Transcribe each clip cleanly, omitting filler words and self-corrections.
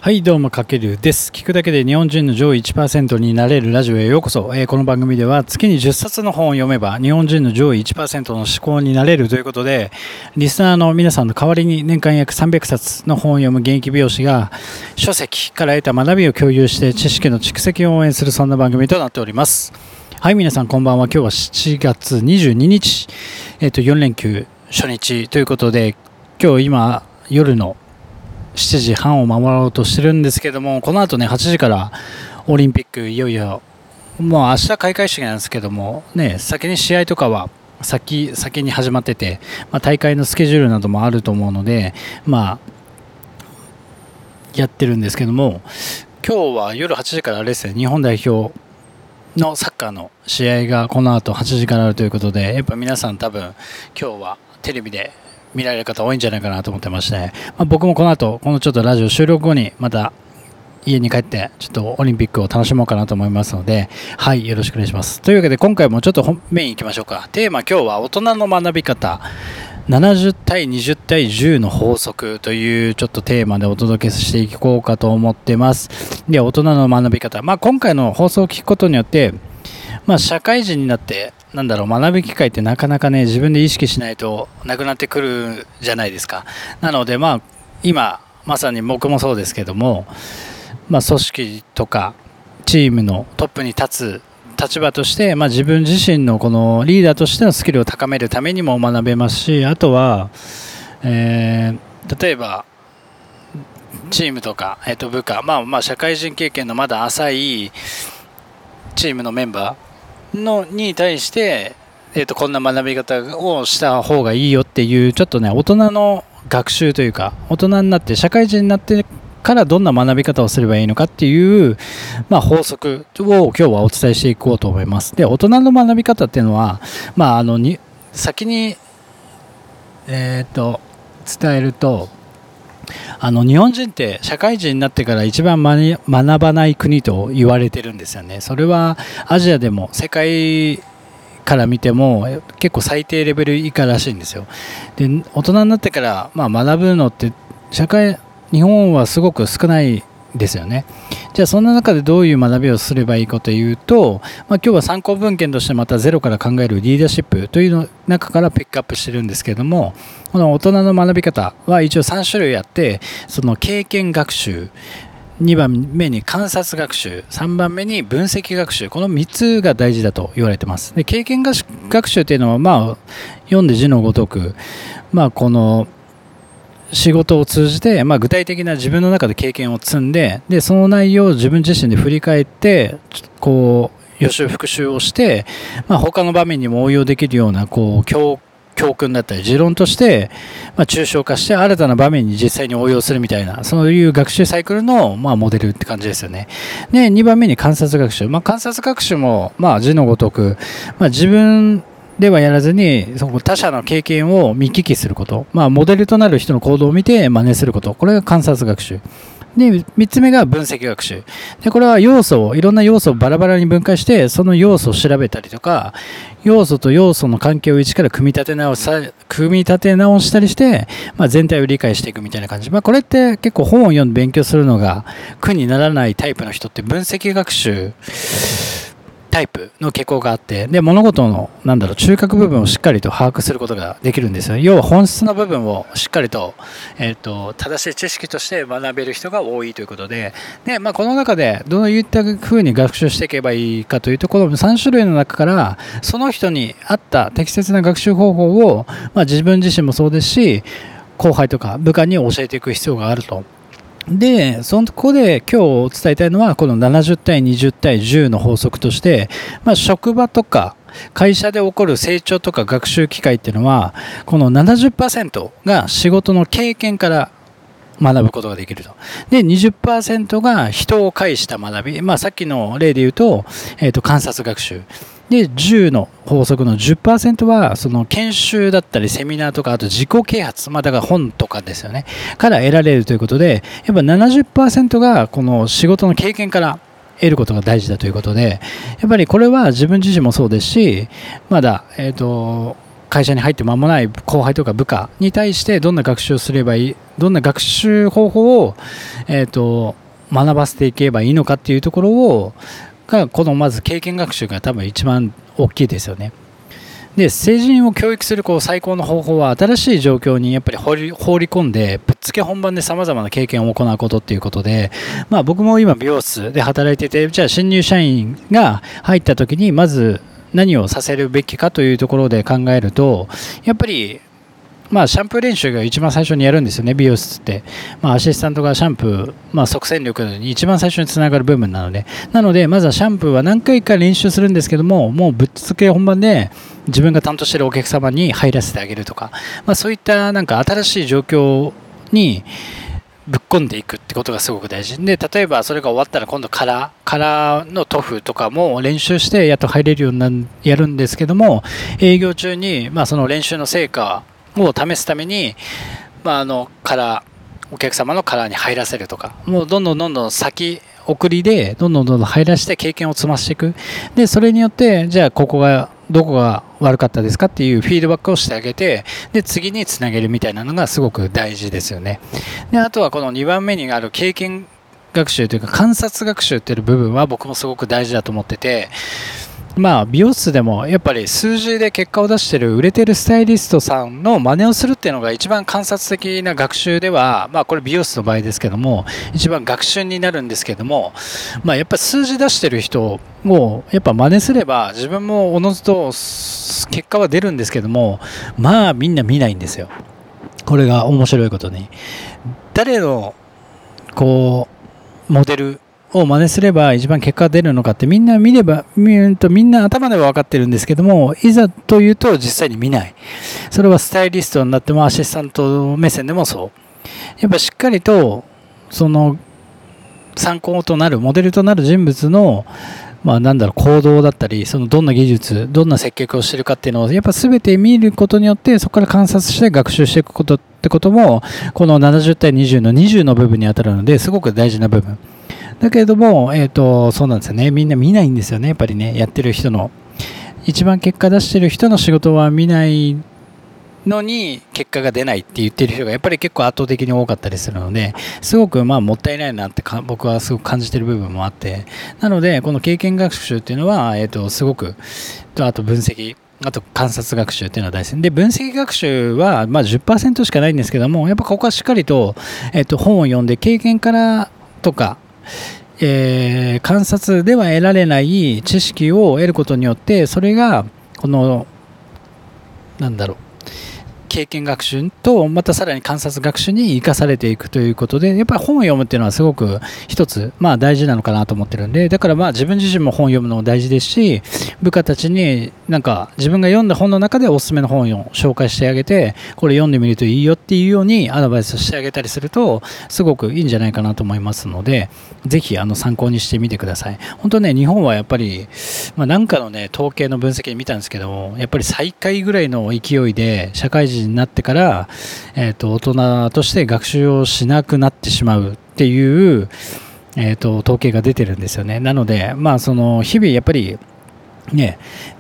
はい、どうもかけるです。聞くだけで日本人の上位 1% になれるラジオへようこそ。この番組では月に10冊の本を読めば日本人の上位 1% の思考になれるということで、リスナーの皆さんの代わりに年間約300冊の本を読む現役美容師が書籍から得た学びを共有して知識の蓄積を応援する、そんな番組となっております。はい、皆さんこんばんは。今日は7月22日、4連休初日ということで、今日今夜の7時半を守ろうとしてるんですけども、この後ね8時からオリンピックいよいよもう明日開会式なんですけどもね、先に試合とかは先に始まってて、大会のスケジュールなどもあると思うのでやってるんですけども、今日は夜8時からあれですね、日本代表のサッカーの試合がこの後8時からあるということで、やっぱ皆さん多分今日はテレビで見られる方多いんじゃないかなと思ってまして、僕もこの後このちょっとラジオ収録後にまた家に帰ってちょっとオリンピックを楽しもうかなと思いますので、はい、よろしくお願いします。というわけで今回もちょっとメイン行きましょうか。テーマ、今日は大人の学び方70対20対10の法則というちょっとテーマでお届けしていこうかと思ってます。で、大人の学び方、今回の放送を聞くことによって社会人になって学ぶ機会ってなかなかね、自分で意識しないとなくなってくるじゃないですか。なので今まさに僕もそうですけども、組織とかチームのトップに立つ立場として、自分自身のこのリーダーとしてのスキルを高めるためにも学べますし、あとは、例えばチームとか、部下、社会人経験のまだ浅いチームのメンバーに対して、こんな学び方をした方がいいよっていう、ちょっとね、大人の学習というか、大人になって社会人になってからどんな学び方をすればいいのかっていう、法則を今日はお伝えしていこうと思います。で、大人の学び方っていうのは、先に、伝えると、日本人って社会人になってから一番学ばない国と言われてるんですよね。それはアジアでも世界から見ても結構最低レベル以下らしいんですよ。で、大人になってから学ぶのって日本はすごく少ないですよね。じゃあそんな中でどういう学びをすればいいかというと、今日は参考文献としてまたゼロから考えるリーダーシップというの中からピックアップしてるんですけれども、この大人の学び方は一応3種類あって、その経験学習、2番目に観察学習、3番目に分析学習、この3つが大事だと言われています。で、経験学習というのは読んで字のごとく、この仕事を通じて、具体的な自分の中で経験を積んで、その内容を自分自身で振り返って予習復習をして、他の場面にも応用できるような教訓だったり持論として、抽象化して新たな場面に実際に応用するみたいな、そういう学習サイクルの、モデルって感じですよね。で、2番目に観察学習、観察学習も、字のごとく、自分ではやらずに他者の経験を見聞きすること、モデルとなる人の行動を見て真似すること、これが観察学習で、3つ目が分析学習で、これはいろんな要素をバラバラに分解して、その要素を調べたりとか、要素と要素の関係を一から組み立て直したりして、全体を理解していくみたいな感じ。これって結構本を読んで勉強するのが苦にならないタイプの人って分析学習タイプの傾向があって、で、物事の中核部分をしっかりと把握することができるんですよ。要は本質の部分をしっかりと、正しい知識として学べる人が多いということで、この中でどういった風に学習していけばいいかというと、この3種類の中からその人に合った適切な学習方法を、自分自身もそうですし、後輩とか部下に教えていく必要があると。で、そこで今日伝えたいのは、この70対20対10の法則として、職場とか会社で起こる成長とか学習機会っていうのは、この 70% が仕事の経験から学ぶことができると。で、20% が人を介した学び。さっきの例で言うと、観察学習。で、10の法則の 10% は、その研修だったりセミナーとか、あと自己啓発、だから本とかですよね、から得られるということで、やっぱ 70% がこの仕事の経験から得ることが大事だということで、やっぱりこれは自分自身もそうですし、まだ、会社に入って間もない後輩とか部下に対してどんな学習をすればいいどんな学習方法を、学ばせていけばいいのかっていうところをこのまず経験学習が多分一番大きいですよね。で、成人を教育する最高の方法は新しい状況にやっぱり放り込んでぶっつけ本番でさまざまな経験を行うことっていうことで、僕も今美容室で働いてて、じゃあ新入社員が入った時にまず何をさせるべきかというところで考えると、やっぱりシャンプー練習が一番最初にやるんですよね、美容室って。アシスタントがシャンプー、即戦力に一番最初につながる部分なので、まずはシャンプーは何回か練習するんですけども、もうぶっつけ本番で自分が担当しているお客様に入らせてあげるとか、そういった新しい状況にぶっ込んでいくってことがすごく大事で、例えばそれが終わったら今度カラーの塗布とかも練習してやっと入れるようにやるんですけども、営業中にその練習の成果を試すために、お客様のカラーに入らせるとか、もうどんどん先送りでどんどん入らせて経験を積ましていく。で、それによってじゃあどこが悪かったですかっていうフィードバックをしてあげて、で次につなげるみたいなのがすごく大事ですよね。で、あとはこの2番目にある経験学習というか観察学習っていう部分は僕もすごく大事だと思ってて、美容室でもやっぱり数字で結果を出している売れてるスタイリストさんの真似をするっていうのが一番観察的な学習では、これ美容室の場合ですけども一番学習になるんですけども、やっぱり数字出してる人をやっぱ真似すれば自分もおのずと結果は出るんですけども、みんな見ないんですよ。これが面白いことに、誰のモデルを真似すれば一番結果が出るのかってみんな見るとみんな頭では分かってるんですけども、いざというと実際に見ない。それはスタイリストになってもアシスタント目線でもそう。やっぱしっかりとその参考となるモデルとなる人物の行動だったり、どんな技術、どんな接客をしているかっていうのをやっぱ全て見ることによって、そこから観察して学習していくことってこともこの70対20の20の部分に当たるので、すごく大事な部分だけれども、そうなんですよね。みんな見ないんですよね。やっぱりね、やってる人の一番結果出してる人の仕事は見ないのに結果が出ないって言ってる人がやっぱり結構圧倒的に多かったりするので、すごくもったいないなって僕はすごく感じてる部分もあって、なのでこの経験学習っていうのは、すごくあと分析、あと観察学習っていうのは大事で、分析学習は10% しかないんですけども、やっぱここはしっかりと、本を読んで経験からとか観察では得られない知識を得ることによって、それがこの経験学習とまたさらに観察学習に生かされていくということで、やっぱり本を読むっていうのはすごく一つ大事なのかなと思ってるんで、だから自分自身も本を読むのも大事ですし、部下たちに自分が読んだ本の中でおすすめの本を紹介してあげて、これ読んでみるといいよっていうようにアドバイスしてあげたりするとすごくいいんじゃないかなと思いますので、ぜひ参考にしてみてください。本当ね、日本はやっぱりなんかのね統計の分析で見たんですけども、やっぱり最下位ぐらいの勢いで社会人になってから、大人として学習をしなくなってしまうっていう、統計が出てるんですよね。なので、その日々やっぱりね、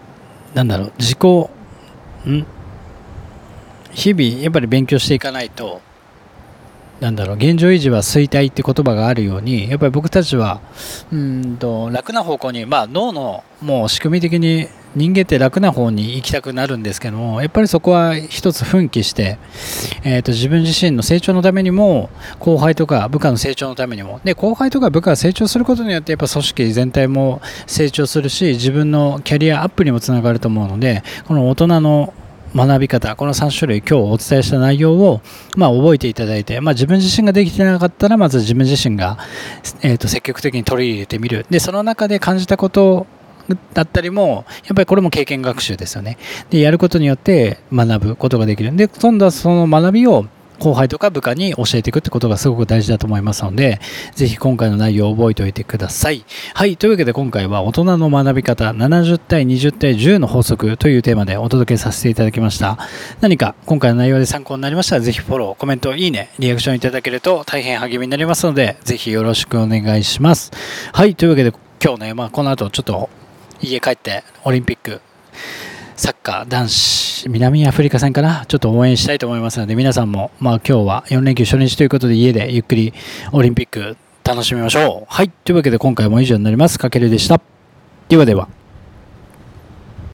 日々やっぱり勉強していかないと、現状維持は衰退って言葉があるように、やっぱり僕たちは楽な方向に、脳のもう仕組み的に人間って楽な方に行きたくなるんですけども、やっぱりそこは一つ奮起して、自分自身の成長のためにも、後輩とか部下の成長のためにも、で後輩とか部下が成長することによってやっぱ組織全体も成長するし、自分のキャリアアップにもつながると思うので、この大人の学び方、この3種類今日お伝えした内容を覚えていただいて、自分自身ができてなかったらまず自分自身が、積極的に取り入れてみる。でその中で感じたことだったりもやっぱりこれも経験学習ですよね。でやることによって学ぶことができる。で今度はその学びを後輩とか部下に教えていくってことがすごく大事だと思いますので、ぜひ今回の内容を覚えておいてください。はい、というわけで今回は大人の学び方70対20対10の法則というテーマでお届けさせていただきました。何か今回の内容で参考になりましたら、ぜひフォロー、コメント、いいね、リアクションいただけると大変励みになりますので、ぜひよろしくお願いします。はい、というわけで今日ね、この後ちょっと家帰ってオリンピックサッカー男子南アフリカ戦かな、ちょっと応援したいと思いますので、皆さんも、今日は4連休初日ということで、家でゆっくりオリンピック楽しみましょう。はい。というわけで今回も以上になります。かけるでした。ではでは。